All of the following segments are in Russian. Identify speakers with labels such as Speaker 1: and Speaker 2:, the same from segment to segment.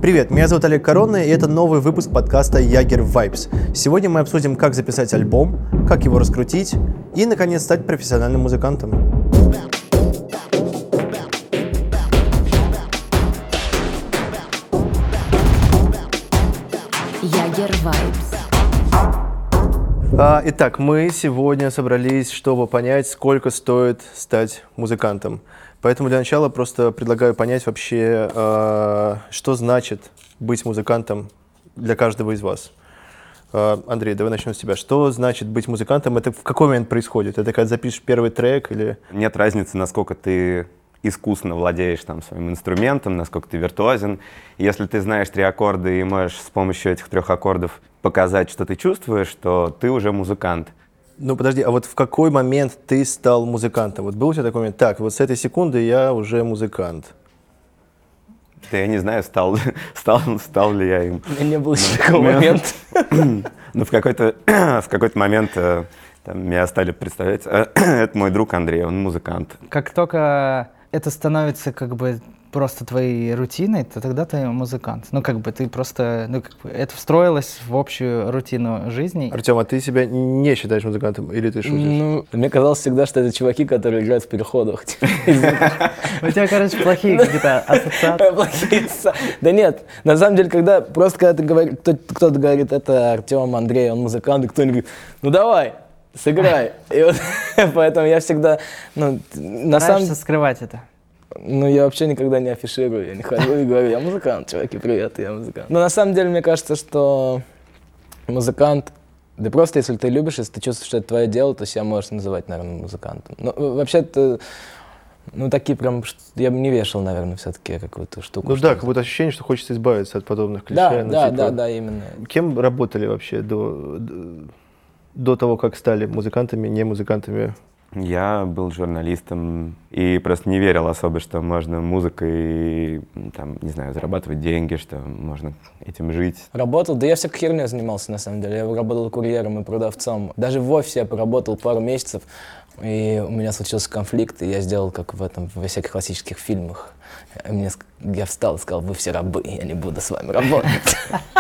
Speaker 1: Привет, меня зовут Олег Коронный, и это новый выпуск подкаста Jager Vibes. Сегодня мы обсудим, как записать альбом, как его раскрутить и, наконец, стать профессиональным музыкантом.
Speaker 2: Jager Vibes.
Speaker 1: Итак, мы сегодня собрались, чтобы понять, сколько стоит стать музыкантом. Поэтому для начала просто предлагаю понять вообще, что значит быть музыкантом для каждого из вас. Андрей, давай начнем с тебя. Что значит быть музыкантом? Это в какой момент происходит? Это когда запишешь первый трек или...
Speaker 3: Нет разницы, насколько ты искусно владеешь там своим инструментом, насколько ты виртуозен. Если ты знаешь 3 аккорда и можешь с помощью этих 3 аккордов показать, что ты чувствуешь, то ты уже музыкант.
Speaker 1: Ну, подожди, а вот в какой момент ты стал музыкантом? Вот был у тебя такой момент, так, вот с этой секунды я уже музыкант?
Speaker 3: Да я не знаю, стал ли я им.
Speaker 4: У меня не было еще такого момента.
Speaker 3: Ну, в какой-то момент там, меня стали представлять, это мой друг Андрей, он музыкант.
Speaker 4: Как только это становится как бы просто твоей рутиной, то тогда ты музыкант. Ну, как бы ты просто, это встроилось в общую рутину жизни.
Speaker 1: Артем, а ты себя не считаешь музыкантом или ты шутишь?
Speaker 5: Ну, мне казалось всегда, что это чуваки, которые играют в переходах.
Speaker 4: У тебя, короче, плохие какие-то ассоциации.
Speaker 5: Да нет, на самом деле, когда кто-то говорит, это Артем, Андрей, он музыкант, и кто-нибудь говорит, ну давай, сыграй. И вот поэтому я всегда,
Speaker 4: Стараешься скрывать это.
Speaker 5: Я вообще никогда не афиширую, я не хожу и говорю, я музыкант, чуваки, привет, я музыкант. Но на самом деле, мне кажется, что музыкант, да просто если ты любишь, если ты чувствуешь, что это твое дело, то себя можешь называть, наверное, музыкантом. Но вообще-то, такие прям, я бы не вешал, наверное, все-таки какую-то штуку.
Speaker 1: Ну да, как будто ощущение, что хочется избавиться от подобных клише.
Speaker 5: Да, именно.
Speaker 1: Кем работали вообще до того, как стали музыкантами, не музыкантами?
Speaker 3: Я был журналистом и просто не верил особо, что можно музыкой, там, не знаю, зарабатывать деньги, что можно этим жить.
Speaker 5: Работал? Да я всякой херней занимался, на самом деле. Я работал курьером и продавцом. Даже в офисе я поработал пару месяцев, и у меня случился конфликт, и я сделал, как во всяких классических фильмах. Я встал и сказал, вы все рабы, я не буду с вами работать.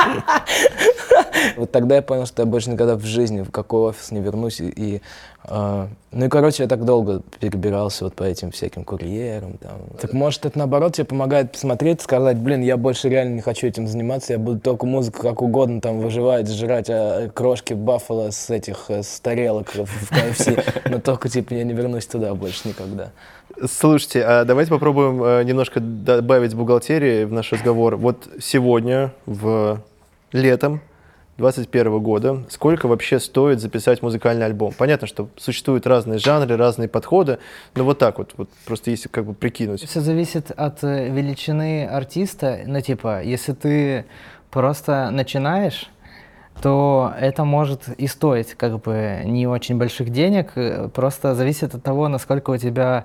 Speaker 5: Вот тогда я понял, что я больше никогда в жизни в какой офис не вернусь. И короче, я так долго перебирался вот по этим всяким курьерам. Так может, это наоборот тебе помогает посмотреть, сказать, я больше реально не хочу этим заниматься, я буду только музыку как угодно там выживать, жрать крошки Баффало с тарелок в KFC, но только я не вернусь туда больше никогда.
Speaker 1: Слушайте, а давайте попробуем немножко добавить бухгалтерии в наш разговор. Вот сегодня, летом 2021 года, сколько вообще стоит записать музыкальный альбом? Понятно, что существуют разные жанры, разные подходы, но вот так вот просто если как бы прикинуть.
Speaker 4: Все зависит от величины артиста. Если ты просто начинаешь, то это может и стоить не очень больших денег, просто зависит от того, насколько у тебя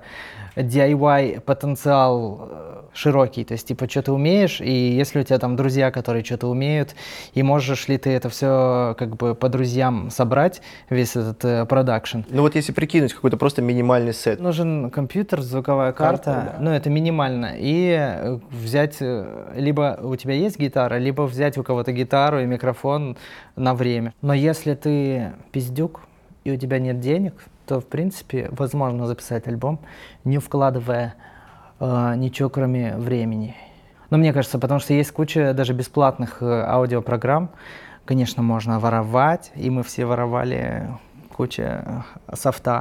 Speaker 4: DIY потенциал широкий, то есть что ты умеешь, и если у тебя там друзья, которые что-то умеют, и можешь ли ты это все по друзьям собрать, весь этот продакшн.
Speaker 1: Ну вот если прикинуть какой-то просто минимальный сет.
Speaker 4: Нужен компьютер, звуковая карта, да. Это минимально, и взять, либо у тебя есть гитара, либо взять у кого-то гитару и микрофон на время. Но если ты пиздюк, и у тебя нет денег, то, в принципе, возможно записать альбом, не вкладывая ничего, кроме времени. Но мне кажется, потому что есть куча даже бесплатных аудиопрограмм. Конечно, можно воровать, и мы все воровали кучу софта,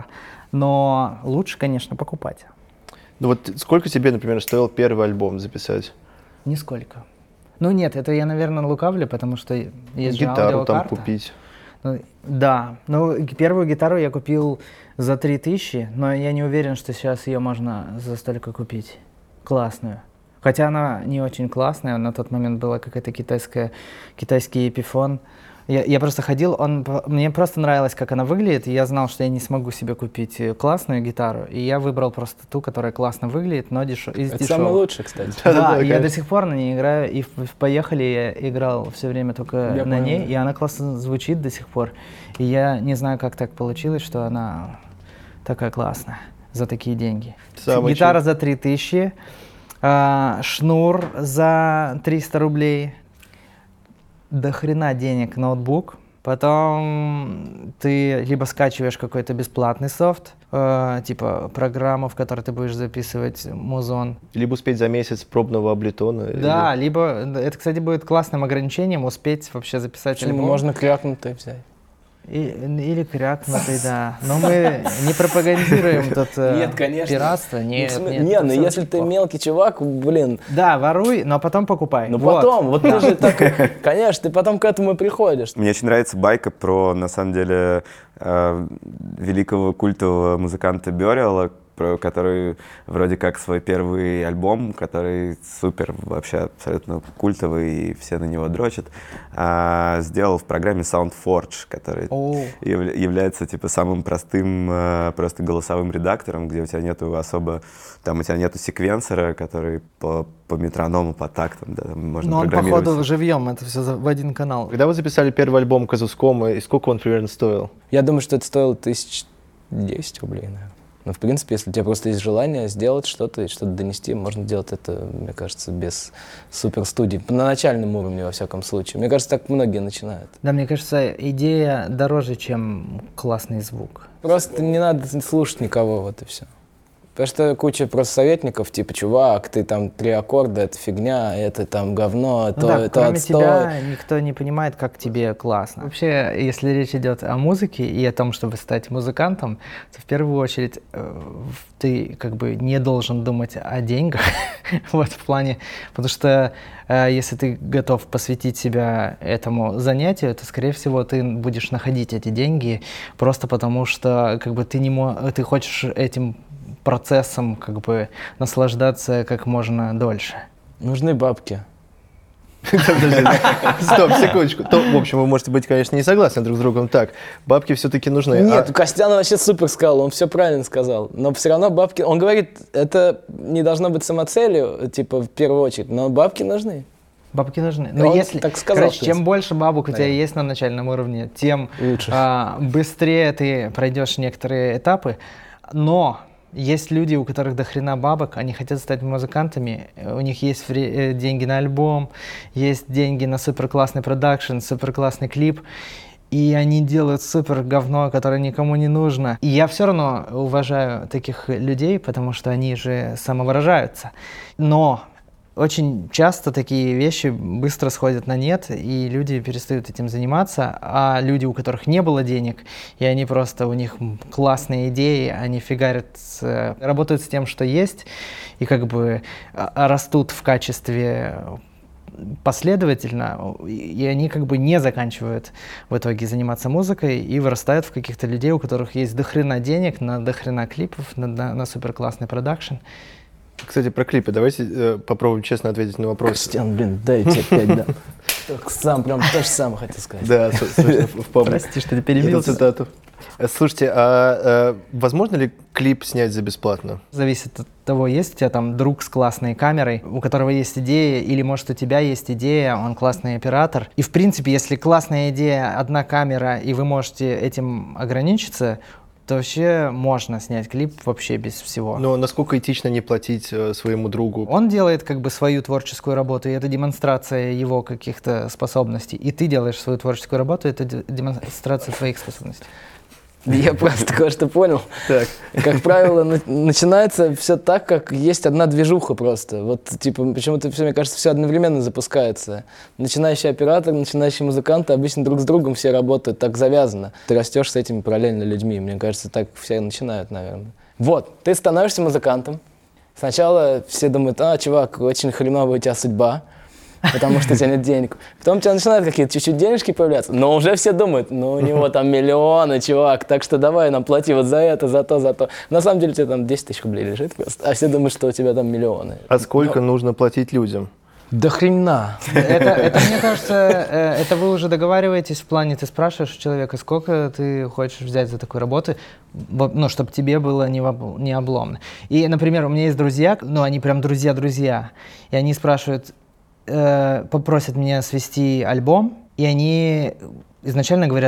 Speaker 4: но лучше, конечно, покупать.
Speaker 1: Ну вот сколько тебе, например, стоил первый альбом записать?
Speaker 4: Нисколько. Нет, это я, наверное, лукавлю, потому что есть же
Speaker 1: гитару
Speaker 4: аудиокарта.
Speaker 1: там купить.
Speaker 4: Да, первую гитару я купил за 3000, но я не уверен, что сейчас ее можно за столько купить. Классную. Хотя она не очень классная, на тот момент была какая-то китайский Epiphone. Я просто ходил, мне просто нравилось, как она выглядит, и я знал, что я не смогу себе купить классную гитару, и я выбрал просто ту, которая классно выглядит, но из дешевых.
Speaker 5: Это самое лучшее, кстати.
Speaker 4: Да, я до сих пор на ней играю, и в «Поехали» я играл все время только на ней, и она классно звучит до сих пор. И я не знаю, как так получилось, что она такая классная за такие деньги. Гитара за 3000. Шнур за 300 рублей. До хрена денег ноутбук. Потом ты либо скачиваешь какой-то бесплатный софт, типа программу, в которой ты будешь записывать музон.
Speaker 1: Либо успеть за месяц пробного Абleton.
Speaker 4: Да, либо, это, кстати, будет классным ограничением успеть вообще записать альбом.
Speaker 5: Можно крякнутый взять.
Speaker 4: Или крякнутый, да. Но мы не пропагандируем тут
Speaker 5: Нет, конечно.
Speaker 4: пиратство. Нет,
Speaker 5: Не, ну если ты мелкий чувак, блин.
Speaker 4: Да, воруй, но потом покупай.
Speaker 5: Ну потом, вот ты же так, конечно, ты потом к этому и приходишь.
Speaker 3: Мне очень нравится байка про, на самом деле, великого культового музыканта Бёрриала, который вроде как свой первый альбом, который супер, вообще абсолютно культовый, и все на него дрочат, сделал в программе SoundForge, который является типа самым простым просто голосовым редактором, где у тебя нету особо, там у тебя нету секвенсора, который по метроному, по тактам, да, там можно
Speaker 4: но он,
Speaker 3: программировать.
Speaker 4: походу, живьем, это все в один канал.
Speaker 1: Когда вы записали первый альбом Казускома, и сколько он примерно стоил?
Speaker 5: Я думаю, что это стоило 1010 рублей, наверное. Но, в принципе, если у тебя просто есть желание сделать что-то и что-то донести, можно делать это, мне кажется, без суперстудии. На начальном уровне, во всяком случае. Мне кажется, так многие начинают.
Speaker 4: Да, мне кажется, идея дороже, чем классный звук.
Speaker 5: Просто не надо слушать никого, вот и все. Потому что куча просто советников, типа, чувак, ты там 3 аккорда, это фигня, это там говно,
Speaker 4: Ну да,
Speaker 5: это
Speaker 4: кроме
Speaker 5: отстой.
Speaker 4: тебя никто не понимает, как тебе классно. Вообще, если речь идет о музыке и о том, чтобы стать музыкантом, то в первую очередь ты как бы не должен думать о деньгах, вот в плане, потому что если ты готов посвятить себя этому занятию, то, скорее всего, ты будешь находить эти деньги просто потому, что как бы ты хочешь этим процессом как бы наслаждаться как можно дольше.
Speaker 5: Нужны бабки.
Speaker 1: Стоп, секундочку. В общем, вы можете быть, конечно, не согласны друг с другом. Так, бабки все-таки нужны.
Speaker 5: Нет, Костян вообще супер сказал, он все правильно сказал. Но все равно бабки... Он говорит, это не должно быть самоцелью, типа, в первую очередь, но бабки нужны.
Speaker 4: Бабки нужны. Но если,
Speaker 5: так сказал,
Speaker 4: короче, чем больше бабок у тебя есть на начальном уровне, тем быстрее ты пройдешь некоторые этапы. Но есть люди, у которых до хрена бабок, они хотят стать музыкантами, у них есть деньги на альбом, есть деньги на супер классный продакшн, супер классный клип, и они делают супер говно, которое никому не нужно. И я все равно уважаю таких людей, потому что они же самовыражаются. Но очень часто такие вещи быстро сходят на нет, и люди перестают этим заниматься, а люди, у которых не было денег, и они просто, у них классные идеи, они работают с тем, что есть, и как бы растут в качестве последовательно, и они как бы не заканчивают в итоге заниматься музыкой и вырастают в каких-то людей, у которых есть дохрена денег, на дохрена клипов, на супер классный продакшн.
Speaker 1: Кстати, про клипы. Давайте попробуем честно ответить на вопрос.
Speaker 5: Костян, блин, дай тебе 5 дам. Сам, прям то же самое хотел сказать.
Speaker 1: Да, в паблик.
Speaker 4: Прости, что ты перебил
Speaker 1: цитату. Слушайте, а возможно ли клип снять за бесплатно?
Speaker 4: Зависит от того, есть у тебя там друг с классной камерой, у которого есть идея, или, может, у тебя есть идея, он классный оператор. И, в принципе, если классная идея, одна камера, и вы можете этим ограничиться, то вообще можно снять клип вообще без всего.
Speaker 1: Но насколько этично не платить своему другу?
Speaker 4: Он делает как бы свою творческую работу, и это демонстрация его каких-то способностей. И ты делаешь свою творческую работу, и это демонстрация твоих способностей.
Speaker 5: Я просто кое-что понял.
Speaker 1: Так.
Speaker 5: Как правило, начинается все так, как есть одна движуха просто. Вот, типа, почему-то все, мне кажется, все одновременно запускается. Начинающий оператор, начинающий музыкант, обычно друг с другом все работают, так завязано. Ты растешь с этими параллельно людьми. Мне кажется, так все начинают, наверное. Вот, ты становишься музыкантом. Сначала все думают, чувак, очень хреновая у тебя судьба, потому что у тебя нет денег. Потом у тебя начинают какие-то чуть-чуть денежки появляться, но уже все думают, у него там миллионы, чувак, так что давай нам плати вот за это, за то, за то. На самом деле у тебя там 10 тысяч рублей лежит просто, а все думают, что у тебя там миллионы.
Speaker 1: А сколько нужно платить людям?
Speaker 5: Да хрена.
Speaker 4: Это, мне кажется, это вы уже договариваетесь в плане, ты спрашиваешь у человека, сколько ты хочешь взять за такую работу, чтобы тебе было не обломно. И, например, у меня есть друзья, они прям друзья-друзья, и они спрашивают, попросят меня свести альбом, и они изначально говорят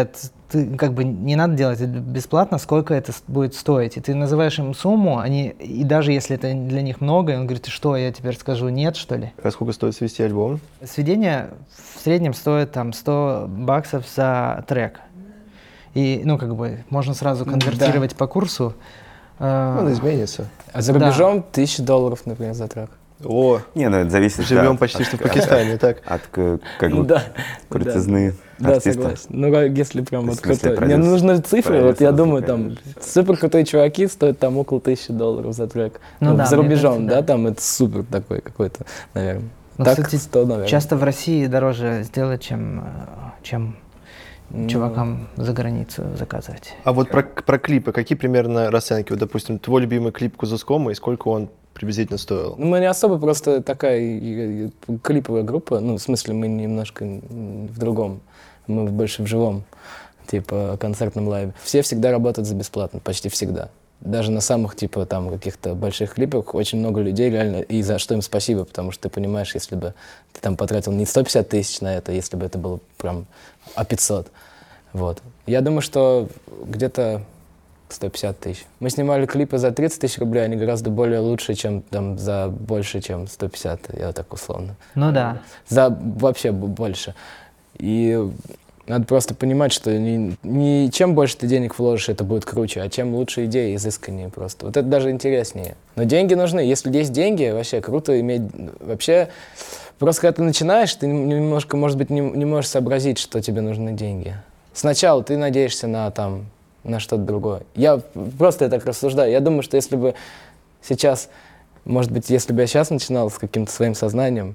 Speaker 4: ты как бы не надо делать это бесплатно, сколько это будет стоить. И ты называешь им сумму, и даже если это для них много, и он говорит, что, я теперь скажу нет, что ли?
Speaker 1: А сколько стоит свести альбом?
Speaker 4: Сведение в среднем стоит там $100 за трек. И, ну, как бы, можно сразу конвертировать по курсу.
Speaker 1: Он изменится.
Speaker 5: А за рубежом $1000, например, за трек.
Speaker 1: О,
Speaker 3: Не, ну это зависит.
Speaker 1: живем
Speaker 3: да,
Speaker 1: почти что в Пакистане, так?
Speaker 3: От как бы
Speaker 5: Да.
Speaker 3: крутизны
Speaker 5: Да,
Speaker 3: артиста.
Speaker 5: согласен. Ну, если прям
Speaker 3: То
Speaker 5: вот
Speaker 3: есть, в смысле,
Speaker 5: крутой. Мне
Speaker 3: продюсер-
Speaker 5: нужны цифры, вот я
Speaker 3: продюсер,
Speaker 5: думаю, там
Speaker 3: конечно.
Speaker 5: супер крутые чуваки стоят там около $1000 за трек.
Speaker 4: Ну да,
Speaker 5: за
Speaker 4: мне
Speaker 5: рубежом,
Speaker 4: кажется,
Speaker 5: да,
Speaker 4: да.
Speaker 5: там это супер такой какой-то, наверное.
Speaker 4: Ну,
Speaker 5: Так,
Speaker 4: кстати,
Speaker 5: 100, наверное.
Speaker 4: часто в России дороже сделать, чем чувакам за границу заказывать.
Speaker 1: А вот про клипы, какие примерно расценки? Вот, допустим, твой любимый клип Кузускома, и сколько он приблизительно стоил?
Speaker 5: Ну, мы не особо просто такая клиповая группа, ну, в смысле, мы немножко в другом, мы больше в живом, типа, концертном лайве. Все всегда работают за бесплатно, почти всегда. Даже на самых, типа, там, каких-то больших клипах очень много людей реально, и за что им спасибо, потому что ты понимаешь, если бы ты там потратил не 150 тысяч на это, если бы это было прям 500. Вот. Я думаю, что где-то 150 тысяч. Мы снимали клипы за 30 тысяч рублей, они гораздо более лучше, чем там за больше, чем 150, я так условно.
Speaker 4: Ну да.
Speaker 5: За вообще больше. И надо просто понимать, что не чем больше ты денег вложишь, это будет круче, а чем лучше идеи, изысканнее просто. Вот это даже интереснее. Но деньги нужны. Если есть деньги, вообще круто иметь... Вообще, просто когда ты начинаешь, ты немножко, может быть, не можешь сообразить, что тебе нужны деньги. Сначала ты надеешься на что-то другое. Я так рассуждаю. Я думаю, что если бы сейчас, может быть, если бы я сейчас начинал с каким-то своим сознанием,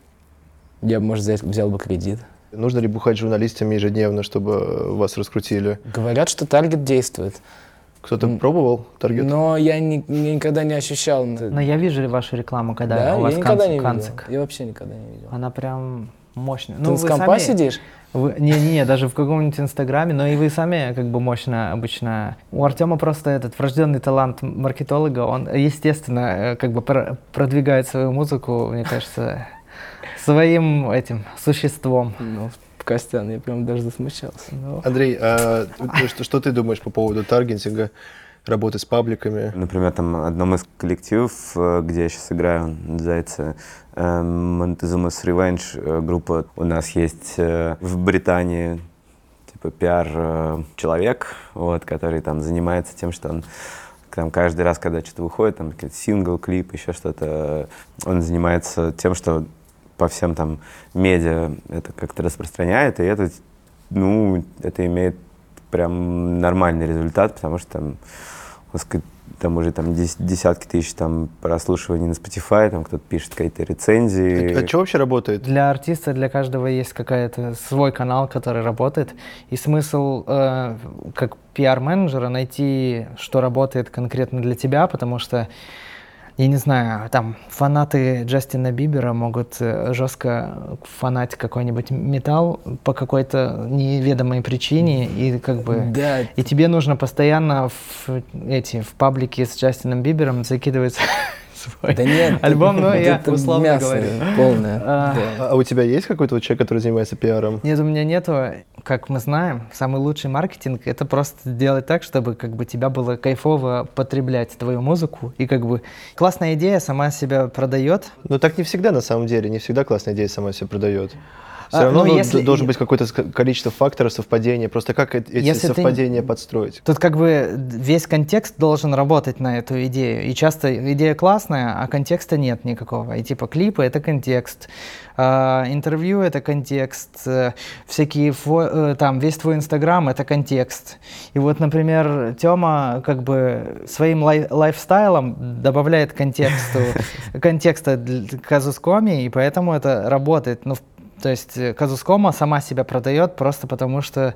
Speaker 5: я бы, может, взял бы кредит.
Speaker 1: Нужно ли бухать журналистами ежедневно, чтобы вас раскрутили?
Speaker 5: Говорят, что таргет действует.
Speaker 1: Кто-то пробовал таргет?
Speaker 5: Но я никогда не ощущал.
Speaker 4: Но я вижу вашу рекламу, когда
Speaker 5: Да,
Speaker 4: у вас
Speaker 5: я никогда не видел.
Speaker 4: канцик.
Speaker 5: Я вообще никогда не видел.
Speaker 4: Она прям мощная.
Speaker 5: Ты с компа сидишь?
Speaker 4: Не, даже в каком-нибудь инстаграме, но и вы сами как бы мощно обычно. У Артема просто этот врожденный талант маркетолога, он, естественно, как бы продвигает свою музыку, мне кажется, своим этим существом.
Speaker 5: Ну, Костян, я прям даже засмущался.
Speaker 1: Андрей, а что ты думаешь по поводу таргетинга, работы с пабликами?
Speaker 3: Например, там одном из коллективов, где я сейчас играю, называется Montezuma's Revenge группа. У нас есть в Британии типа пиар-человек, вот, который там занимается тем, что он там каждый раз, когда что-то выходит, там какой-то сингл, клип, еще что-то, он занимается тем, что по всем там медиа это как-то распространяет, и это, ну, это имеет прям нормальный результат, потому что там, там уже там десятки тысяч там прослушиваний на Spotify, там кто-то пишет какие-то рецензии.
Speaker 1: А что вообще работает?
Speaker 4: Для артиста, для каждого есть какая-то свой канал, который работает. И смысл, как пиар-менеджера, найти, что работает конкретно для тебя, потому что, я не знаю, там фанаты Джастина Бибера могут жестко фанатить какой-нибудь металл по какой-то неведомой причине, и как бы
Speaker 5: Да.
Speaker 4: и тебе нужно постоянно в паблике с Джастином Бибером закидывать свой
Speaker 5: Да нет.
Speaker 4: альбом, но я
Speaker 5: это
Speaker 4: условно
Speaker 5: мясо
Speaker 4: говорю.
Speaker 5: полное.
Speaker 4: А,
Speaker 5: Да.
Speaker 1: А у тебя есть какой-то вот человек, который занимается пиаром?
Speaker 4: Нет, у меня нету. Как мы знаем, самый лучший маркетинг — это просто делать так, чтобы как бы тебя было кайфово потреблять твою музыку. И как бы классная идея сама себя продает.
Speaker 1: Но так не всегда на самом деле, не всегда классная идея сама себя продает. Все
Speaker 4: А,
Speaker 1: равно
Speaker 4: ну, если-
Speaker 1: должен быть какое-то количество факторов совпадения. Просто как эти
Speaker 4: Если ты-
Speaker 1: совпадения подстроить?
Speaker 4: Тут как бы весь контекст должен работать на эту идею. И часто идея классная, а контекста нет никакого. И типа клипы — это контекст, интервью — это контекст, всякие там весь твой инстаграм — это контекст. И вот, например, Тёма как бы своим лайфстайлом добавляет контекста к Казускоме, и поэтому это работает. Ну, то есть Казускома сама себя продает просто потому, что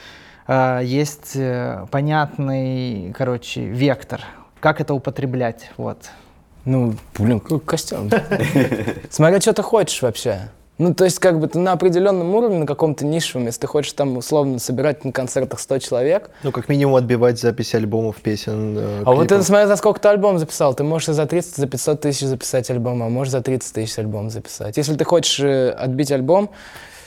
Speaker 4: есть понятный, короче, вектор, как это употреблять, вот.
Speaker 5: Ну, блин, какой Костян. Смотря, что ты хочешь вообще. Ну, то есть, как бы ты на определенном уровне, на каком-то нишевом, если ты хочешь там условно собирать на концертах 100 человек.
Speaker 1: Ну, как минимум отбивать записи альбомов, песен,
Speaker 5: А вот
Speaker 1: клипов.
Speaker 5: ты смотри, за сколько ты альбом записал. Ты можешь и за 30, за 500 тысяч записать альбом, а можешь за 30 тысяч альбом записать. Если ты хочешь отбить альбом,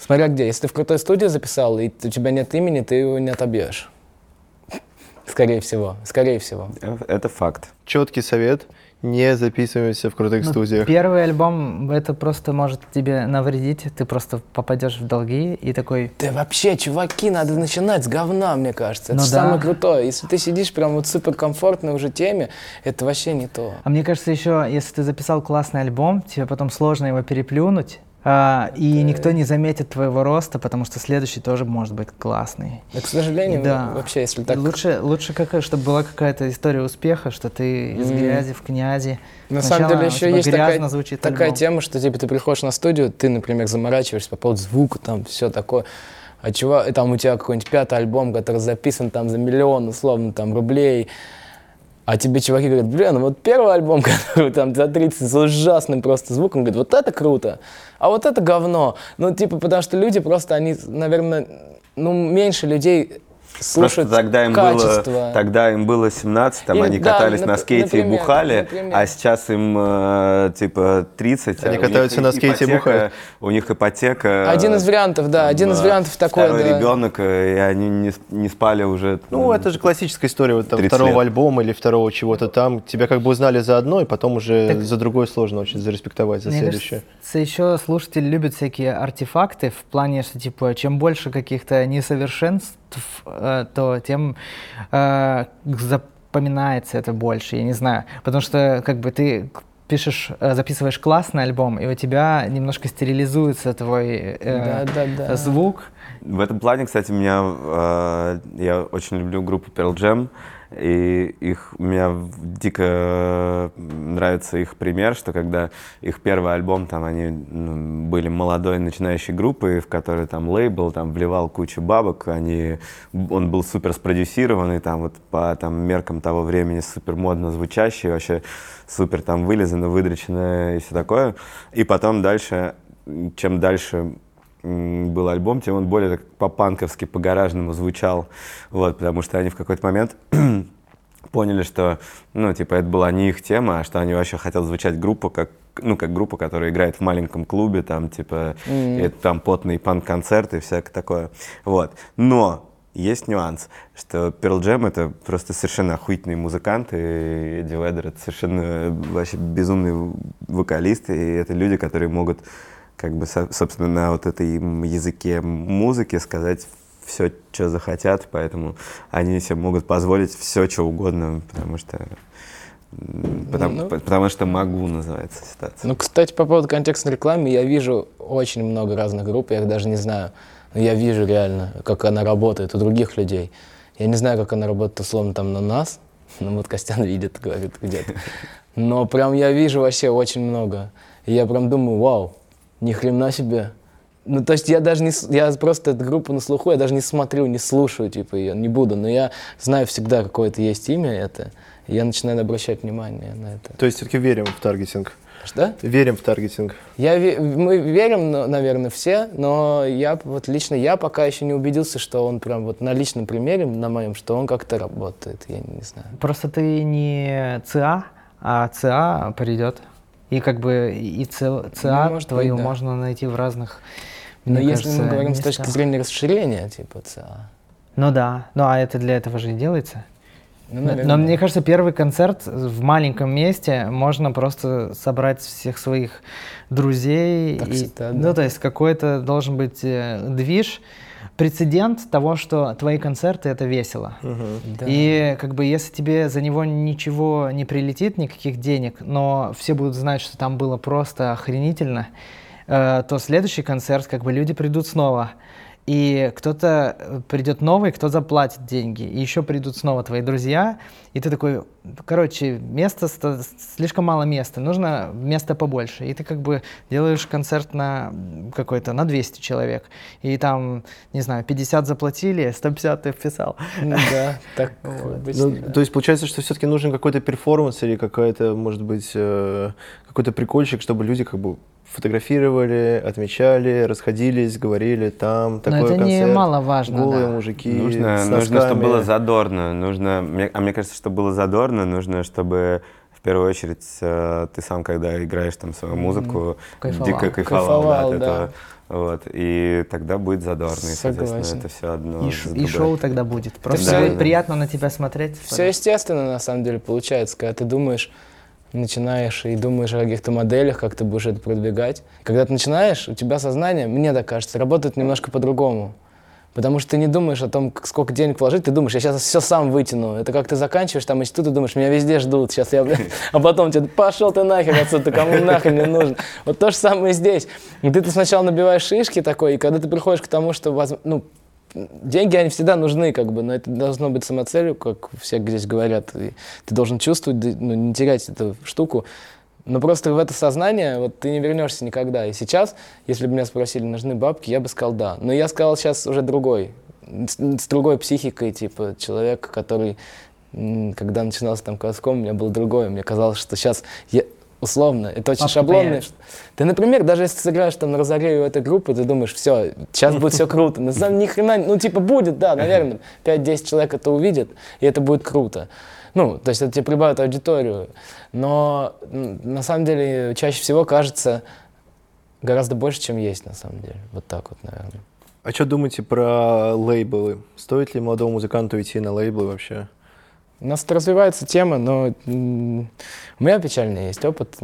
Speaker 5: Смотря где. Если ты в крутой студии записал, и у тебя нет имени, ты его не отобьешь. Скорее всего.
Speaker 3: Это факт.
Speaker 1: Четкий совет. Не записываемся в крутых студиях.
Speaker 4: Первый альбом, это просто может тебе навредить, ты просто попадешь в долги и такой...
Speaker 5: Да вообще, чуваки, надо начинать с говна, мне кажется. Это
Speaker 4: Ну
Speaker 5: же
Speaker 4: да.
Speaker 5: самое крутое. Если ты сидишь прям вот в суперкомфортной уже теме, это вообще не то.
Speaker 4: А мне кажется, еще, если ты записал классный альбом, тебе потом сложно его переплюнуть, и никто не заметит твоего роста, потому что следующий тоже может быть классный.
Speaker 5: Но, к сожалению,
Speaker 4: Да.
Speaker 5: вообще, если так...
Speaker 4: Лучше чтобы была какая-то история успеха, что ты из грязи в князи.
Speaker 5: На
Speaker 4: Сначала
Speaker 5: самом деле
Speaker 4: у
Speaker 5: еще
Speaker 4: тебя
Speaker 5: есть
Speaker 4: грязно звучит
Speaker 5: такая
Speaker 4: альбом.
Speaker 5: тема, что типа ты приходишь на студию, ты, например, заморачиваешься по поводу звука, там все такое, а чувак, и там у тебя какой-нибудь 5-й альбом, который записан там за миллион, условно, там, рублей, а тебе чуваки говорят, блин, вот первый альбом, который там за 30 с ужасным просто звуком, говорит, вот это круто, а вот это говно. Ну, типа, потому что люди просто, они, наверное, меньше людей слушают
Speaker 3: Просто
Speaker 5: качество.
Speaker 3: тогда им было 17, там
Speaker 5: Или,
Speaker 3: они
Speaker 5: да,
Speaker 3: катались на скейте
Speaker 5: например,
Speaker 3: и бухали,
Speaker 5: например.
Speaker 3: а сейчас им типа 30.
Speaker 1: Они
Speaker 3: а у
Speaker 1: катаются
Speaker 3: них
Speaker 1: на скейте и
Speaker 3: ипотека,
Speaker 1: бухают.
Speaker 3: У них ипотека.
Speaker 5: Один из вариантов, да, один из вариантов такой,
Speaker 3: Второй
Speaker 5: да.
Speaker 3: ребенок, и они не спали уже.
Speaker 1: Ну, это же классическая история вот, там,
Speaker 3: 30
Speaker 1: второго
Speaker 3: лет.
Speaker 1: альбома или второго чего-то там. Тебя как бы узнали за одно, и потом уже за другое сложно очень зареспектовать за
Speaker 4: Мне
Speaker 1: следующее.
Speaker 4: кажется, еще слушатели любят всякие артефакты в плане, что типа чем больше каких-то несовершенств, то тем запоминается это больше, я не знаю. Потому что как бы ты пишешь, записываешь классный альбом, и у тебя немножко стерилизуется твой
Speaker 5: Да.
Speaker 4: звук.
Speaker 3: В этом плане, кстати, я очень люблю группу Pearl Jam, и меня дико нравится их пример, что когда их первый альбом, там они были молодой начинающей группой, в которой там лейбл там вливал кучу бабок, он был супер спродюсированный, там вот по там меркам того времени супер модно звучащий, вообще супер там вылизано, выдрочено и все такое. И потом дальше, чем дальше был альбом, тем он более так по-панковски, по-гаражному звучал, вот, потому что они в какой-то момент поняли, что, ну, типа, это была не их тема, а что они вообще хотят звучать как группа, которая играет в маленьком клубе, там, типа, и это там потные панк-концерты и всякое такое, вот. Но есть нюанс, что Pearl Jam — это просто совершенно охуительные музыканты, и Эдди Веддер — это совершенно вообще безумный вокалист, и это люди, которые могут как бы, собственно, на вот этой языке музыки сказать все, что захотят, поэтому они себе могут позволить все, что угодно, потому что могу, называется ситуация.
Speaker 5: Ну, кстати, по поводу контекстной рекламы, я вижу очень много разных групп, я их даже не знаю, но я вижу реально, как она работает у других людей. Я не знаю, как она работает, условно, там на нас, ну, вот Костян видит, говорит, где-то, но прям я вижу вообще очень много, и я прям думаю, вау, ни хрена себе. Ну, то есть я просто эту группу на слуху, я даже не смотрю, не слушаю, типа, ее, не буду, но я знаю всегда, какое-то есть имя это, и я начинаю обращать внимание на это.
Speaker 1: То есть все-таки верим в таргетинг?
Speaker 5: Что?
Speaker 1: Верим в таргетинг.
Speaker 5: Мы верим, наверное, все, но лично я пока еще не убедился, что он прям вот на личном примере, на моем, что он как-то работает, я не знаю.
Speaker 4: Просто ты не ЦА, а ЦА придет. И как бы и ЦА
Speaker 5: может
Speaker 4: твою
Speaker 5: быть, да.
Speaker 4: можно найти в разных,
Speaker 5: Но
Speaker 4: мне
Speaker 5: если
Speaker 4: кажется,
Speaker 5: мы говорим с
Speaker 4: местах.
Speaker 5: точки зрения расширения, типа ЦА.
Speaker 4: Ну да, ну а это для этого же и делается.
Speaker 5: Ну,
Speaker 4: Но
Speaker 5: наверное,
Speaker 4: мне кажется, первый концерт в маленьком месте можно просто собрать всех своих друзей.
Speaker 5: Так всегда, да.
Speaker 4: Ну, то есть какой-то должен быть движ, прецедент того, что твои концерты — это весело.
Speaker 5: Да.
Speaker 4: И как бы если тебе за него ничего не прилетит, никаких денег, но все будут знать, что там было просто охренительно, то следующий концерт, как бы люди придут снова. И кто-то придет новый, кто заплатит деньги. И еще придут снова твои друзья. И ты такой, короче, слишком мало места, нужно места побольше. И ты как бы делаешь концерт на 200 человек. И там, не знаю, 50 заплатили, 150 ты вписал.
Speaker 5: Ну да, так обычно, да.
Speaker 1: То есть получается, что все-таки нужен какой-то перформанс или какой-то, может быть, какой-то прикольчик, чтобы люди как бы фотографировали, отмечали, расходились, говорили, там такой
Speaker 4: это
Speaker 1: концерт.
Speaker 4: немаловажно,
Speaker 1: голые
Speaker 4: да.
Speaker 1: мужики
Speaker 3: Нужно,
Speaker 1: с носками.
Speaker 3: чтобы было задорно. Мне кажется, чтобы было задорно, нужно, чтобы в первую очередь ты сам, когда играешь там свою музыку,
Speaker 4: Кайфовал.
Speaker 3: дико кайфовал от
Speaker 5: Да.
Speaker 3: этого. Вот. И тогда будет задорно, и, соответственно,
Speaker 5: Согласен.
Speaker 3: это все одно.
Speaker 4: И
Speaker 3: за
Speaker 4: шоу тогда будет. Просто
Speaker 5: всё-
Speaker 4: будет приятно на тебя смотреть.
Speaker 5: Все естественно, на самом деле, получается, когда ты думаешь, начинаешь и думаешь о каких-то моделях, как ты будешь это продвигать. Когда ты начинаешь, у тебя сознание, мне так кажется, работает немножко по-другому. Потому что ты не думаешь о том, сколько денег вложить, ты думаешь, я сейчас все сам вытяну. Это как ты заканчиваешь там институт, ты думаешь, меня везде ждут, сейчас я, блядь, а потом тебе, пошел ты нахер отсюда, ты кому нахер не нужен. Вот то же самое и здесь. И ты сначала набиваешь шишки такой, и когда ты приходишь к тому, что, деньги, они всегда нужны, как бы, но это должно быть самоцелью, как все здесь говорят. И ты должен чувствовать, не терять эту штуку. Но просто в это сознание вот ты не вернешься никогда. И сейчас, если бы меня спросили, нужны бабки, я бы сказал да. Но я сказал сейчас уже другой, с другой психикой, типа человек, который, когда начинался там Кваском, у меня было другое. Мне казалось, что сейчас условно, это очень шаблонно. Ты, например, даже если ты сыграешь там на Розарею этой группы, ты думаешь, все, сейчас будет все круто. На самом деле, ни хрена, будет, да, наверное, 5-10 человек это увидят, и это будет круто. То есть это тебе прибавит аудиторию. Но на самом деле чаще всего кажется гораздо больше, чем есть на самом деле. Вот так вот, наверное.
Speaker 1: А что думаете про лейблы? Стоит ли молодому музыканту идти на лейблы вообще?
Speaker 5: У нас развивается тема, но у меня печальный есть опыт.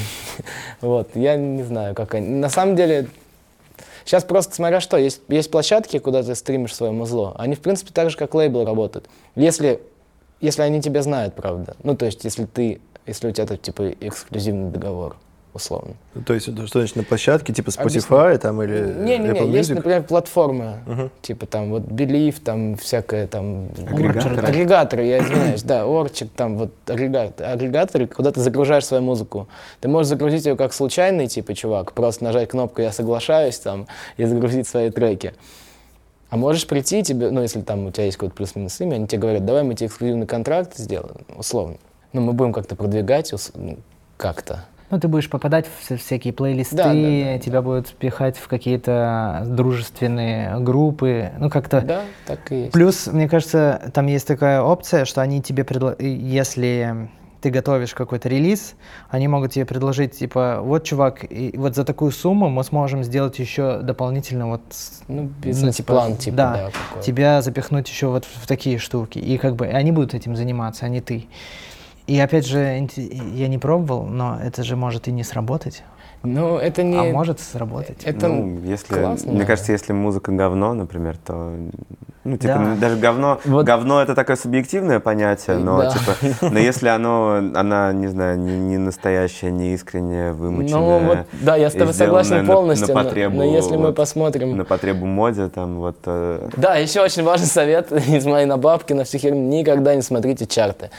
Speaker 5: Я не знаю, как они. На самом деле, сейчас просто смотря что, есть площадки, куда ты стримишь свое музло. Они, в принципе, так же, как лейблы работают. Если они тебя знают, правда. То есть, если у тебя типа эксклюзивный договор, условно.
Speaker 1: То есть, что значит на площадке, типа Spotify там или Apple
Speaker 5: есть,
Speaker 1: Music?
Speaker 5: например, платформы, типа там вот Believe, там всякое там...
Speaker 1: Агрегаторы?
Speaker 5: Агрегаторы, я извиняюсь, да, Орчик, там вот агрегаторы, куда ты загружаешь свою музыку. Ты можешь загрузить ее как случайный, типа, чувак, просто нажать кнопку «Я соглашаюсь» там и загрузить свои треки. А можешь прийти, если там у тебя есть какой-то плюс-минус имя, они тебе говорят, давай мы тебе эксклюзивный контракт сделаем, условно. Мы будем как-то продвигать, как-то.
Speaker 4: Ты будешь попадать в всякие плейлисты,
Speaker 5: Да.
Speaker 4: тебя будут пихать в какие-то дружественные группы, как-то...
Speaker 5: Да, так и есть.
Speaker 4: Плюс, мне кажется, там есть такая опция, что они тебе если ты готовишь какой-то релиз, они могут тебе предложить, типа, вот, чувак, и вот за такую сумму мы сможем сделать еще дополнительно
Speaker 5: бизнес-план,
Speaker 4: да,
Speaker 5: какой-то.
Speaker 4: тебя запихнуть еще вот в такие штуки. И они будут этим заниматься, а не ты. И опять же, я не пробовал, но это же может и не сработать.
Speaker 5: Это не...
Speaker 4: А может сработать.
Speaker 5: Это классно.
Speaker 3: Мне кажется, если музыка говно, например, то...
Speaker 4: Да.
Speaker 3: даже говно это такое субъективное понятие, но,
Speaker 5: Да.
Speaker 3: но если она, не знаю, не настоящая, не искренняя, вымученная...
Speaker 5: да, я с тобой согласен полностью, но если мы посмотрим...
Speaker 3: На потребу моде, там, вот...
Speaker 5: Да, еще очень важный совет из моей на бабки, на всю херню, никогда не смотрите чарты.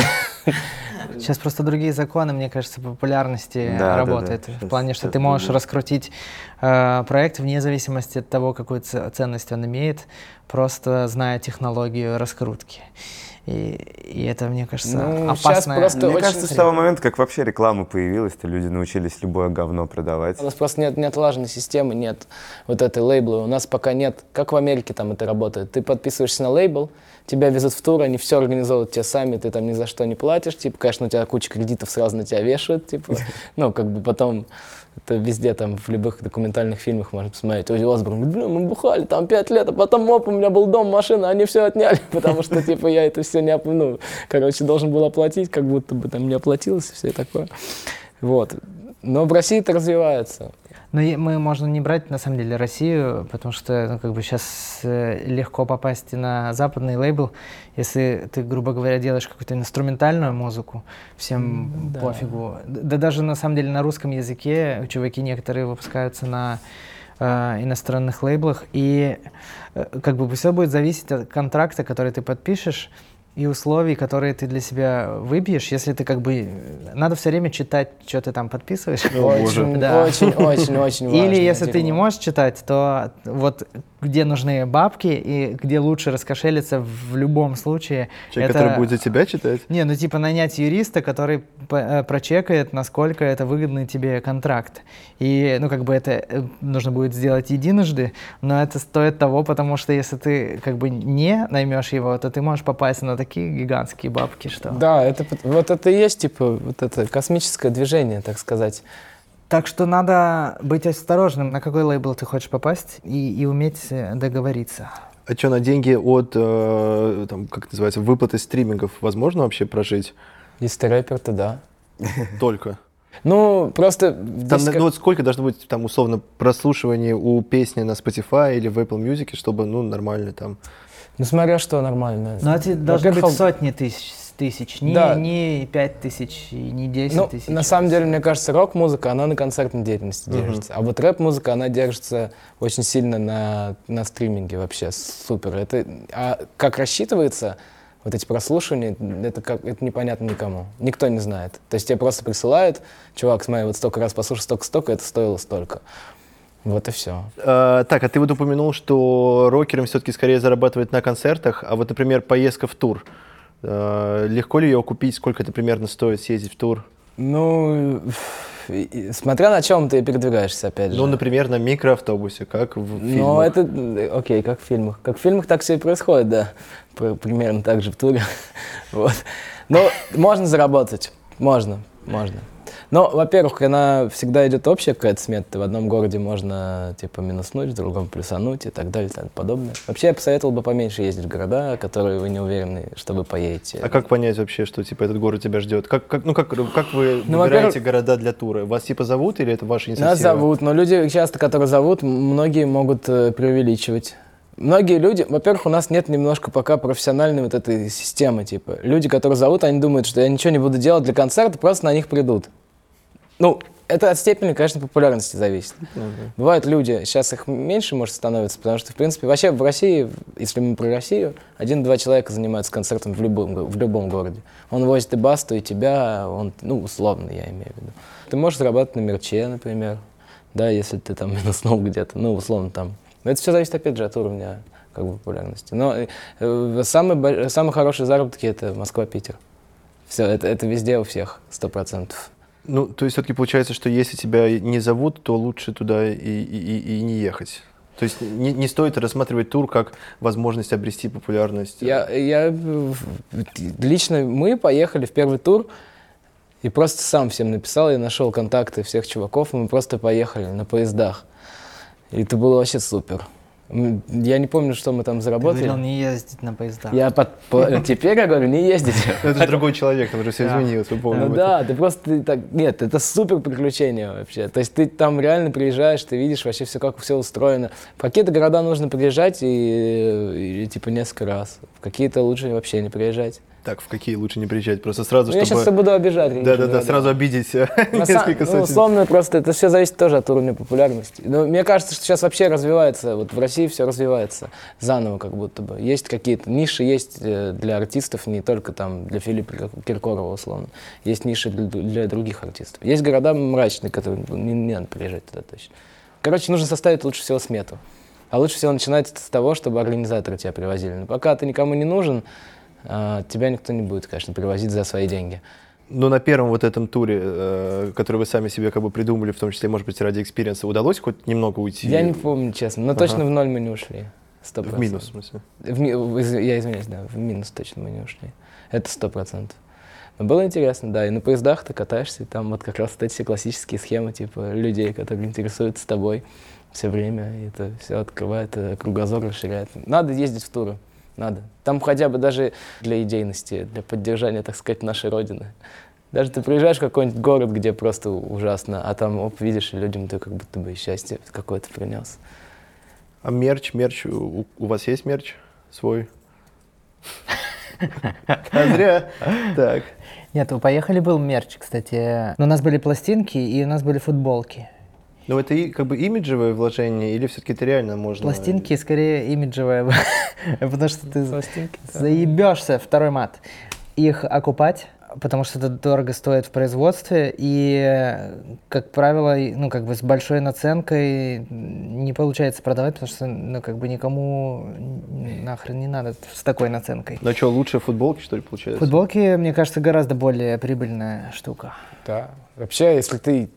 Speaker 4: Сейчас просто другие законы, мне кажется, популярности
Speaker 3: Да,
Speaker 4: работают.
Speaker 3: да.
Speaker 4: В плане, что
Speaker 3: Сейчас
Speaker 4: ты можешь
Speaker 3: другие.
Speaker 4: раскрутить проект вне зависимости от того, какую ценность он имеет, просто зная технологию раскрутки. И это, мне кажется, опасно.
Speaker 3: Мне кажется, с того момента, как вообще реклама появилась, то люди научились любое говно продавать.
Speaker 5: У нас просто нет отлаженной системы, нет вот этой лейблы. У нас пока нет, как в Америке там это работает. Ты подписываешься на лейбл, тебя везут в тур, они все организовывают тебе сами, ты там ни за что не платишь. Типа, конечно, у тебя куча кредитов сразу на тебя вешают. Типа, потом это везде, там, в любых документальных фильмах можно посмотреть. Ози Осборн, мы бухали там 5 лет, а потом, у меня был дом, машина, они все отняли, потому что, типа, я это все не должен был оплатить, как будто бы там не оплатилось и все такое. Вот. Но в России это развивается.
Speaker 4: Но можно не брать, на самом деле, Россию, потому что сейчас легко попасть на западный лейбл. Если ты, грубо говоря, делаешь какую-то инструментальную музыку, всем пофигу. Да даже, на самом деле, на русском языке чуваки некоторые выпускаются на иностранных лейблах. И все будет зависеть от контракта, который ты подпишешь, и условий, которые ты для себя выбьешь, если ты надо все время читать, что ты там подписываешь.
Speaker 5: Очень важно.
Speaker 4: Или если ты не можешь читать, то вот где нужны бабки и где лучше раскошелиться в любом случае.
Speaker 1: Человек, который будет за тебя читать?
Speaker 4: Не, ну типа нанять юриста, который прочекает, насколько это выгодный тебе контракт. И, ну как бы это нужно будет сделать единожды, но это стоит того, потому что если ты как бы не наймешь его, то ты можешь попасть на такие гигантские бабки, что...
Speaker 5: Да, вот это и есть, типа, вот это космическое движение, так сказать.
Speaker 4: Так что надо быть осторожным, на какой лейбл ты хочешь попасть и уметь договориться.
Speaker 1: А что, на деньги от, там, как это называется, выплаты стримингов возможно вообще прожить?
Speaker 5: Если ты рэпер, то да.
Speaker 1: Только?
Speaker 5: Ну, просто...
Speaker 1: Там, ну, вот сколько должно быть, там, условно, прослушиваний у песни на Spotify или в Apple Music, чтобы, ну, нормально там...
Speaker 5: Ну, смотря что нормально.
Speaker 4: Но это должны быть
Speaker 5: Во-первых,
Speaker 4: сотни тысяч, не 5 тысяч, не 10 тысяч.
Speaker 5: На самом деле, мне кажется, рок-музыка, она на концертной деятельности держится. А вот рэп-музыка, она держится очень сильно на стриминге вообще. Супер. А как рассчитывается вот эти прослушивания, это непонятно никому. Никто не знает. То есть тебе просто присылают, чувак, смотри, вот столько раз послушал, столько, это стоило столько. Вот и все.
Speaker 1: Так, а ты вот упомянул, что рокерам все-таки скорее зарабатывать на концертах, а вот, например, поездка в тур. Легко ли ее купить? Сколько это примерно стоит съездить в тур?
Speaker 5: Ну, смотря на чем ты передвигаешься, опять же.
Speaker 1: Ну, например, на микроавтобусе, как в фильмах.
Speaker 5: Ну, это, окей, как в фильмах. Как в фильмах так все и происходит, да. Примерно так же в туре. Вот. Но можно заработать. Можно. Но, во-первых, она всегда идет общая какая-то смета. В одном городе можно, типа, минуснуть, в другом плюсануть и так далее и тому подобное. Вообще, я посоветовал бы поменьше ездить в города, которые вы не уверены, что вы поедете.
Speaker 1: А как понять вообще, что, типа, этот город тебя ждет? Как вы выбираете города для тура? Вас, типа, зовут или это ваша инициатива?
Speaker 5: Нас зовут, но люди часто, которые зовут, многие могут преувеличивать. Многие люди, во-первых, у нас нет немножко пока профессиональной вот этой системы, типа. Люди, которые зовут, они думают, что я ничего не буду делать для концерта, просто на них придут. Ну, это от степени, конечно, популярности зависит. Бывают люди, сейчас их меньше, может, становится, потому что, в принципе, вообще в России, если мы про Россию, 1-2 человека занимаются концертом в любом городе. Он возит и Басту, и тебя, ну, условно, я имею в виду. Ты можешь зарабатывать на мерче, например, да, если ты там минуснул где-то, ну, условно, там. Но это все зависит, опять же, от уровня, как бы, популярности. Но самые хорошие заработки — это Москва-Питер. Все, это везде у всех, 100%.
Speaker 1: Ну, то есть все-таки получается, что если тебя не зовут, то лучше туда и не ехать. То есть не стоит рассматривать тур как возможность обрести популярность.
Speaker 5: Лично мы поехали в первый тур и просто сам всем написал, я нашел контакты всех чуваков, и мы просто поехали на поездах. И это было вообще супер. Я не помню, что мы там заработали.
Speaker 4: Ты говорил не ездить на поездах.
Speaker 5: Теперь я говорю, не ездить.
Speaker 1: Это же другой человек, там уже все изменилось, вы помните.
Speaker 5: Ну да, ты просто так... Нет, это супер приключение вообще. То есть ты там реально приезжаешь, ты видишь вообще все, как все устроено. В какие-то города нужно приезжать и типа несколько раз. В какие-то лучше вообще не приезжать.
Speaker 1: Так, в какие лучше не приезжать? Просто сразу,
Speaker 5: Я сейчас буду обижать.
Speaker 1: Да, сразу обидеть несколько сотен.
Speaker 5: Условно, просто это все зависит тоже от уровня популярности. Но мне кажется, что сейчас вообще развивается, вот в России все развивается заново как будто бы. Есть какие-то ниши, есть для артистов, не только там для Филиппа Киркорова, условно. Есть ниши для других артистов. Есть города мрачные, которые не надо приезжать туда точно. Короче, нужно составить лучше всего смету. А лучше всего начинать с того, чтобы организаторы тебя привозили. Но пока ты никому не нужен, тебя никто не будет, конечно, привозить за свои деньги.
Speaker 1: Но на первом вот этом туре, который вы сами себе как бы придумали, в том числе, может быть, ради экспириенса, удалось хоть немного уйти?
Speaker 5: Я не помню, честно, но точно в ноль мы не ушли. 100%.
Speaker 1: В минус, в смысле?
Speaker 5: Я извиняюсь, да, в минус точно мы не ушли. Это 100%. Но было интересно, да, и на поездах ты катаешься, и там вот как раз вот эти все классические схемы, типа, людей, которые интересуются тобой все время, и это все открывает, кругозор расширяет. Надо ездить в туры. Надо. Там хотя бы даже для идейности, для поддержания, так сказать, нашей Родины. Даже ты приезжаешь в какой-нибудь город, где просто ужасно, а там, видишь, и людям ты как будто бы счастье какое-то принес.
Speaker 1: А мерч, у вас есть мерч свой? Зря. Так.
Speaker 4: Нет, у «Поехали» был мерч, кстати. Но у нас были пластинки и у нас были футболки.
Speaker 1: Ну, это как бы имиджевое вложение или все-таки это реально можно?
Speaker 4: Пластинки скорее имиджевое, потому что ты заебешься, второй мат, их окупать. потому что это дорого стоит в производстве, и, как правило, с большой наценкой не получается продавать, потому что, никому нахрен не надо с такой наценкой.
Speaker 1: Ну что, лучше футболки, что ли, получается?
Speaker 4: Футболки, мне кажется, гораздо более прибыльная штука.
Speaker 5: Да. Вообще, если ты...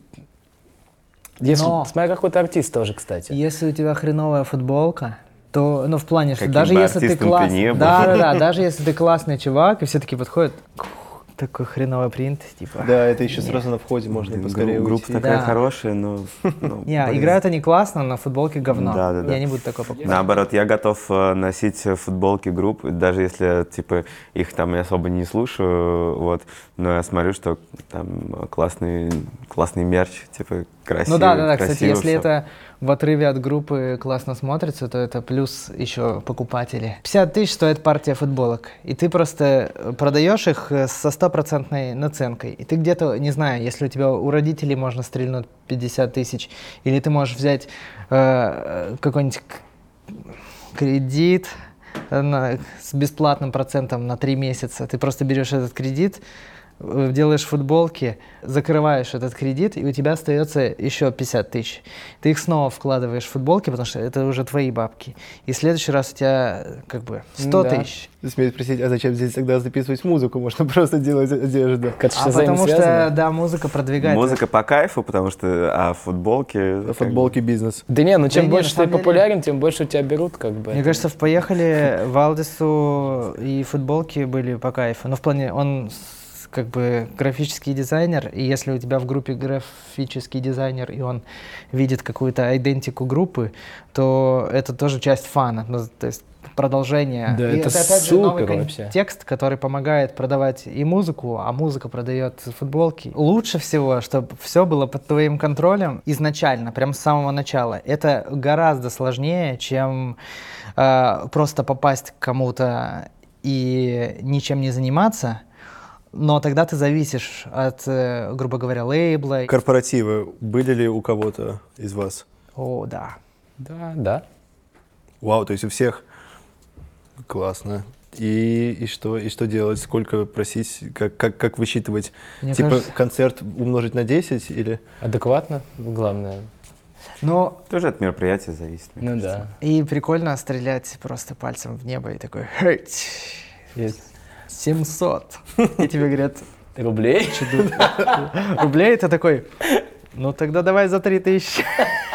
Speaker 5: Смотря какой ты артист тоже, кстати.
Speaker 4: Если у тебя хреновая футболка, то, в плане, что
Speaker 3: Каким
Speaker 4: даже
Speaker 3: бы
Speaker 4: если ты
Speaker 3: артистом ты не был.
Speaker 4: даже если ты классный чувак, и все таки подходят, такой хреновый принт, типа.
Speaker 1: Да, это еще сразу на входе можно поскорее
Speaker 3: Группа
Speaker 1: уйти.
Speaker 3: такая
Speaker 4: Да.
Speaker 3: хорошая, но...
Speaker 4: Не,
Speaker 3: блин.
Speaker 4: играют они классно, на футболке говно.
Speaker 3: Да.
Speaker 4: Я не буду такое покупать.
Speaker 3: Наоборот, я готов носить футболки групп, даже если, их там я особо не слушаю, вот, но я смотрю, что там классный мерч, красивый,
Speaker 4: Да.
Speaker 3: красиво
Speaker 4: Кстати, если
Speaker 3: всё.
Speaker 4: это в отрыве от группы классно смотрится, то это плюс еще покупатели. 50 тысяч стоит партия футболок, и ты просто продаешь их со 100% наценкой. И ты где-то, не знаю, если у родителей можно стрельнуть 50 тысяч, или ты можешь взять какой-нибудь кредит с бесплатным процентом на 3 месяца. Ты просто берешь этот кредит, делаешь футболки, закрываешь этот кредит, и у тебя остается еще 50 тысяч. Ты их снова вкладываешь в футболки, потому что это уже твои бабки. И в следующий раз у тебя 100 тысяч.
Speaker 1: Смею спросить, а зачем здесь тогда записывать музыку? Можно просто делать одежду.
Speaker 4: Потому что, музыка продвигает.
Speaker 3: Музыка по кайфу, потому что, футболки...
Speaker 1: Футболки бизнес.
Speaker 5: Да не, чем больше
Speaker 4: на
Speaker 5: ты
Speaker 4: самом деле-
Speaker 5: популярен, тем больше тебя берут, как бы.
Speaker 4: Мне кажется, в «Поехали» Валдису и футболки были по кайфу. Но в плане, он графический дизайнер, и если у тебя в группе графический дизайнер, и он видит какую-то идентику группы, то это тоже часть фана, то есть продолжение.
Speaker 5: Да,
Speaker 4: И
Speaker 5: это
Speaker 4: опять же новый
Speaker 5: супер вообще.
Speaker 4: контекст, который помогает продавать и музыку, а музыка продает футболки. Лучше всего, чтобы все было под твоим контролем изначально, прям с самого начала. Это гораздо сложнее, чем просто попасть к кому-то и ничем не заниматься. Но тогда ты зависишь от, грубо говоря, лейбла.
Speaker 1: Корпоративы были ли у кого-то из вас?
Speaker 4: О, да.
Speaker 5: Да.
Speaker 1: Вау, то есть у всех? Классно. И что делать? Сколько просить? Как высчитывать?
Speaker 4: Мне
Speaker 1: типа
Speaker 4: кажется-
Speaker 1: концерт умножить на 10 или?
Speaker 5: Адекватно, главное.
Speaker 4: Но
Speaker 3: Тоже от мероприятия зависит. мне
Speaker 5: Ну
Speaker 3: кажется.
Speaker 5: да.
Speaker 4: и прикольно стрелять просто пальцем в небо и такой «Хэть! 700». И тебе говорят
Speaker 5: Рублей?
Speaker 4: рублей, ты такой, ну тогда давай за 3000.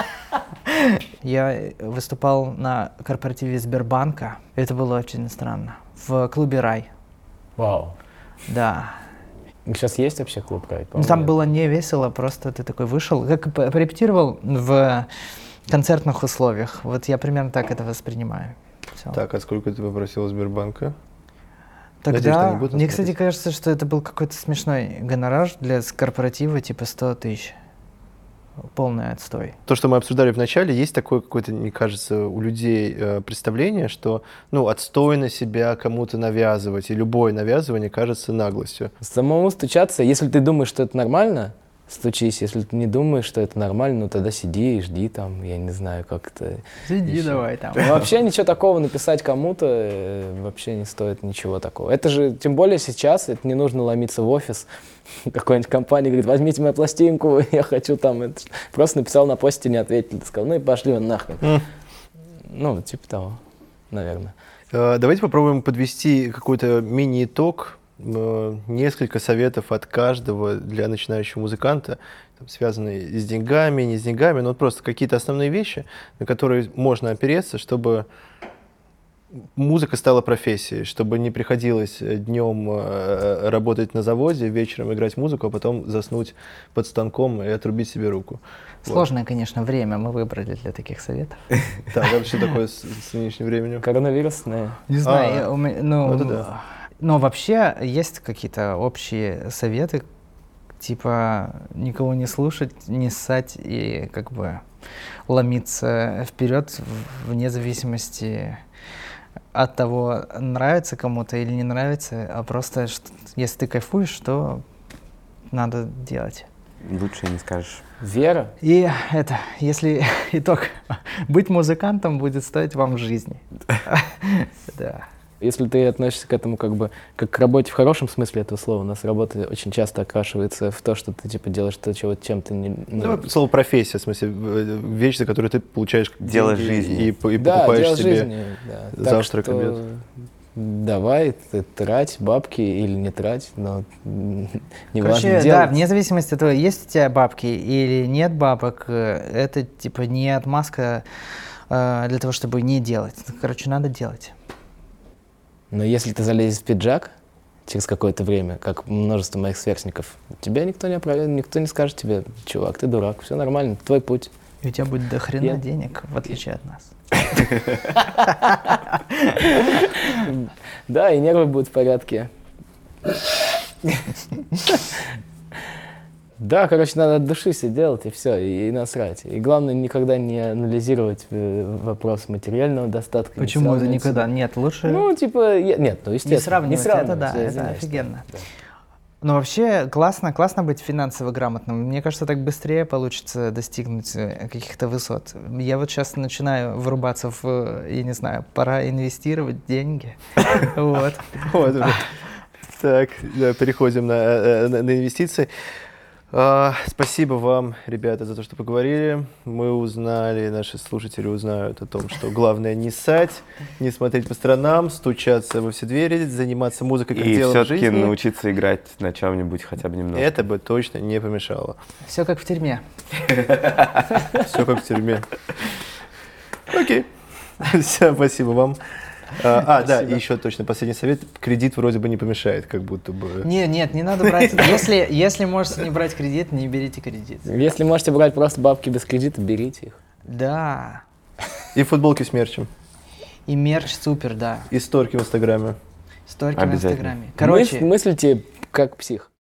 Speaker 4: Я выступал на корпоративе Сбербанка. Это было очень странно. В клубе «Рай».
Speaker 5: Вау.
Speaker 4: Да.
Speaker 5: Сейчас есть вообще клуб «Рай»?
Speaker 4: Ну, там было не весело, просто ты такой вышел. Как порепетировал в концертных условиях. Вот я примерно так это воспринимаю. Всё.
Speaker 1: Так, а сколько ты попросил у Сбербанка? Надеюсь, что
Speaker 4: Тогда,
Speaker 1: не будут
Speaker 4: мне,
Speaker 1: нас
Speaker 4: кстати,
Speaker 1: смотреть.
Speaker 4: кажется, что это был какой-то смешной гонорар для корпоратива, типа 100 тысяч. Полный отстой.
Speaker 1: То, что мы обсуждали в начале, есть такое какое-то, мне кажется, у людей представление, что отстойно себя кому-то навязывать, и любое навязывание кажется наглостью.
Speaker 5: Самому стучаться, если ты думаешь, что это нормально, стучись. Если ты не думаешь, что это нормально, ну тогда сиди и жди там, я не знаю, как-то...
Speaker 4: Сиди
Speaker 5: Ещё.
Speaker 4: давай там.
Speaker 5: Вообще ничего такого написать кому-то вообще не стоит ничего такого. Это же, тем более сейчас, это не нужно ломиться в офис какой-нибудь компании, говорит, возьмите мою пластинку, я хочу там... Это... Просто написал на посте, не ответили, сказал, ну и пошли вон нахрен. Ну, типа того, наверное.
Speaker 1: Давайте попробуем подвести какой-то мини-итог, несколько советов от каждого для начинающего музыканта, связанные с деньгами, не с деньгами, но просто какие-то основные вещи, на которые можно опереться, чтобы музыка стала профессией, чтобы не приходилось днем работать на заводе, вечером играть музыку, а потом заснуть под станком и отрубить себе руку.
Speaker 4: Сложное, конечно, время мы выбрали для таких советов.
Speaker 1: Так, а что такое с нынешним временем?
Speaker 5: Коронавирусная.
Speaker 4: Не знаю,
Speaker 1: это да.
Speaker 4: но вообще есть какие-то общие советы, типа никого не слушать, не ссать и как бы ломиться вперед вне зависимости от того, нравится кому-то или не нравится, а просто если ты кайфуешь, то надо делать.
Speaker 3: Лучше не скажешь.
Speaker 5: Вера.
Speaker 4: И это, если итог, быть музыкантом будет стоить вам жизни. Да.
Speaker 5: Если ты относишься к этому как бы как к работе в хорошем смысле этого слова, у нас работа очень часто окрашивается в то, что ты типа делаешь то, чем ты не...
Speaker 1: Слово профессия, в смысле, вещь, за которую ты получаешь
Speaker 3: Дело
Speaker 1: деньги
Speaker 3: жизни.
Speaker 1: и
Speaker 5: Да,
Speaker 1: покупаешь
Speaker 5: дело
Speaker 1: себе
Speaker 5: жизни, да.
Speaker 1: завтрак,
Speaker 5: Так что
Speaker 1: обед.
Speaker 5: давай, ты трать бабки или не трать, но неважно
Speaker 4: Короче, да,
Speaker 5: делать.
Speaker 4: вне зависимости от того, есть у тебя бабки или нет бабок, это типа не отмазка для того, чтобы не делать. Короче, надо делать.
Speaker 5: Но если ты залезешь в пиджак через какое-то время, как множество моих сверстников, тебя никто не оправдает, никто не скажет тебе: чувак, ты дурак, все нормально, твой путь.
Speaker 4: И у тебя будет до хрена
Speaker 5: Я-
Speaker 4: денег, в отличие от нас.
Speaker 5: Да, и нервы будут в порядке. Да, короче, надо от души все делать, и все, и насрать. И главное, никогда не анализировать вопрос материального достатка. не
Speaker 4: Почему это
Speaker 5: сравнивать
Speaker 4: никогда?
Speaker 5: себя.
Speaker 4: Нет, лучше
Speaker 5: Ну, типа, нет, ну, естественно.
Speaker 4: не сравнивать. Это да,
Speaker 5: я
Speaker 4: это
Speaker 5: извиняюсь,
Speaker 4: офигенно.
Speaker 5: да.
Speaker 4: Но вообще классно быть финансово грамотным. Мне кажется, так быстрее получится достигнуть каких-то высот. Я вот сейчас начинаю врубаться в, я не знаю, пора инвестировать деньги. Вот.
Speaker 1: Вот. Так, да, переходим на инвестиции. Спасибо вам, ребята, за то, что поговорили. Мы узнали, наши слушатели узнают о том, что главное не ссать, не смотреть по сторонам, стучаться во все двери, заниматься музыкой как
Speaker 3: И
Speaker 1: делом
Speaker 3: все-таки
Speaker 1: жизни.
Speaker 3: научиться играть на чем-нибудь хотя бы немного.
Speaker 1: Это бы точно не помешало.
Speaker 4: Все как в тюрьме.
Speaker 1: Все как в тюрьме. Окей. Все, спасибо вам. Да, и еще точно последний совет. Кредит вроде бы не помешает, как будто бы.
Speaker 4: Нет, не надо брать. Если можете не брать кредит, не берите кредит.
Speaker 5: Если можете брать просто бабки без кредита, берите их.
Speaker 4: Да.
Speaker 1: И футболки с мерчем.
Speaker 4: И мерч супер, да.
Speaker 1: И сторки в Инстаграме.
Speaker 4: Сторики в
Speaker 3: Обязательно.
Speaker 4: Инстаграме. Короче,
Speaker 5: Мыслите как псих.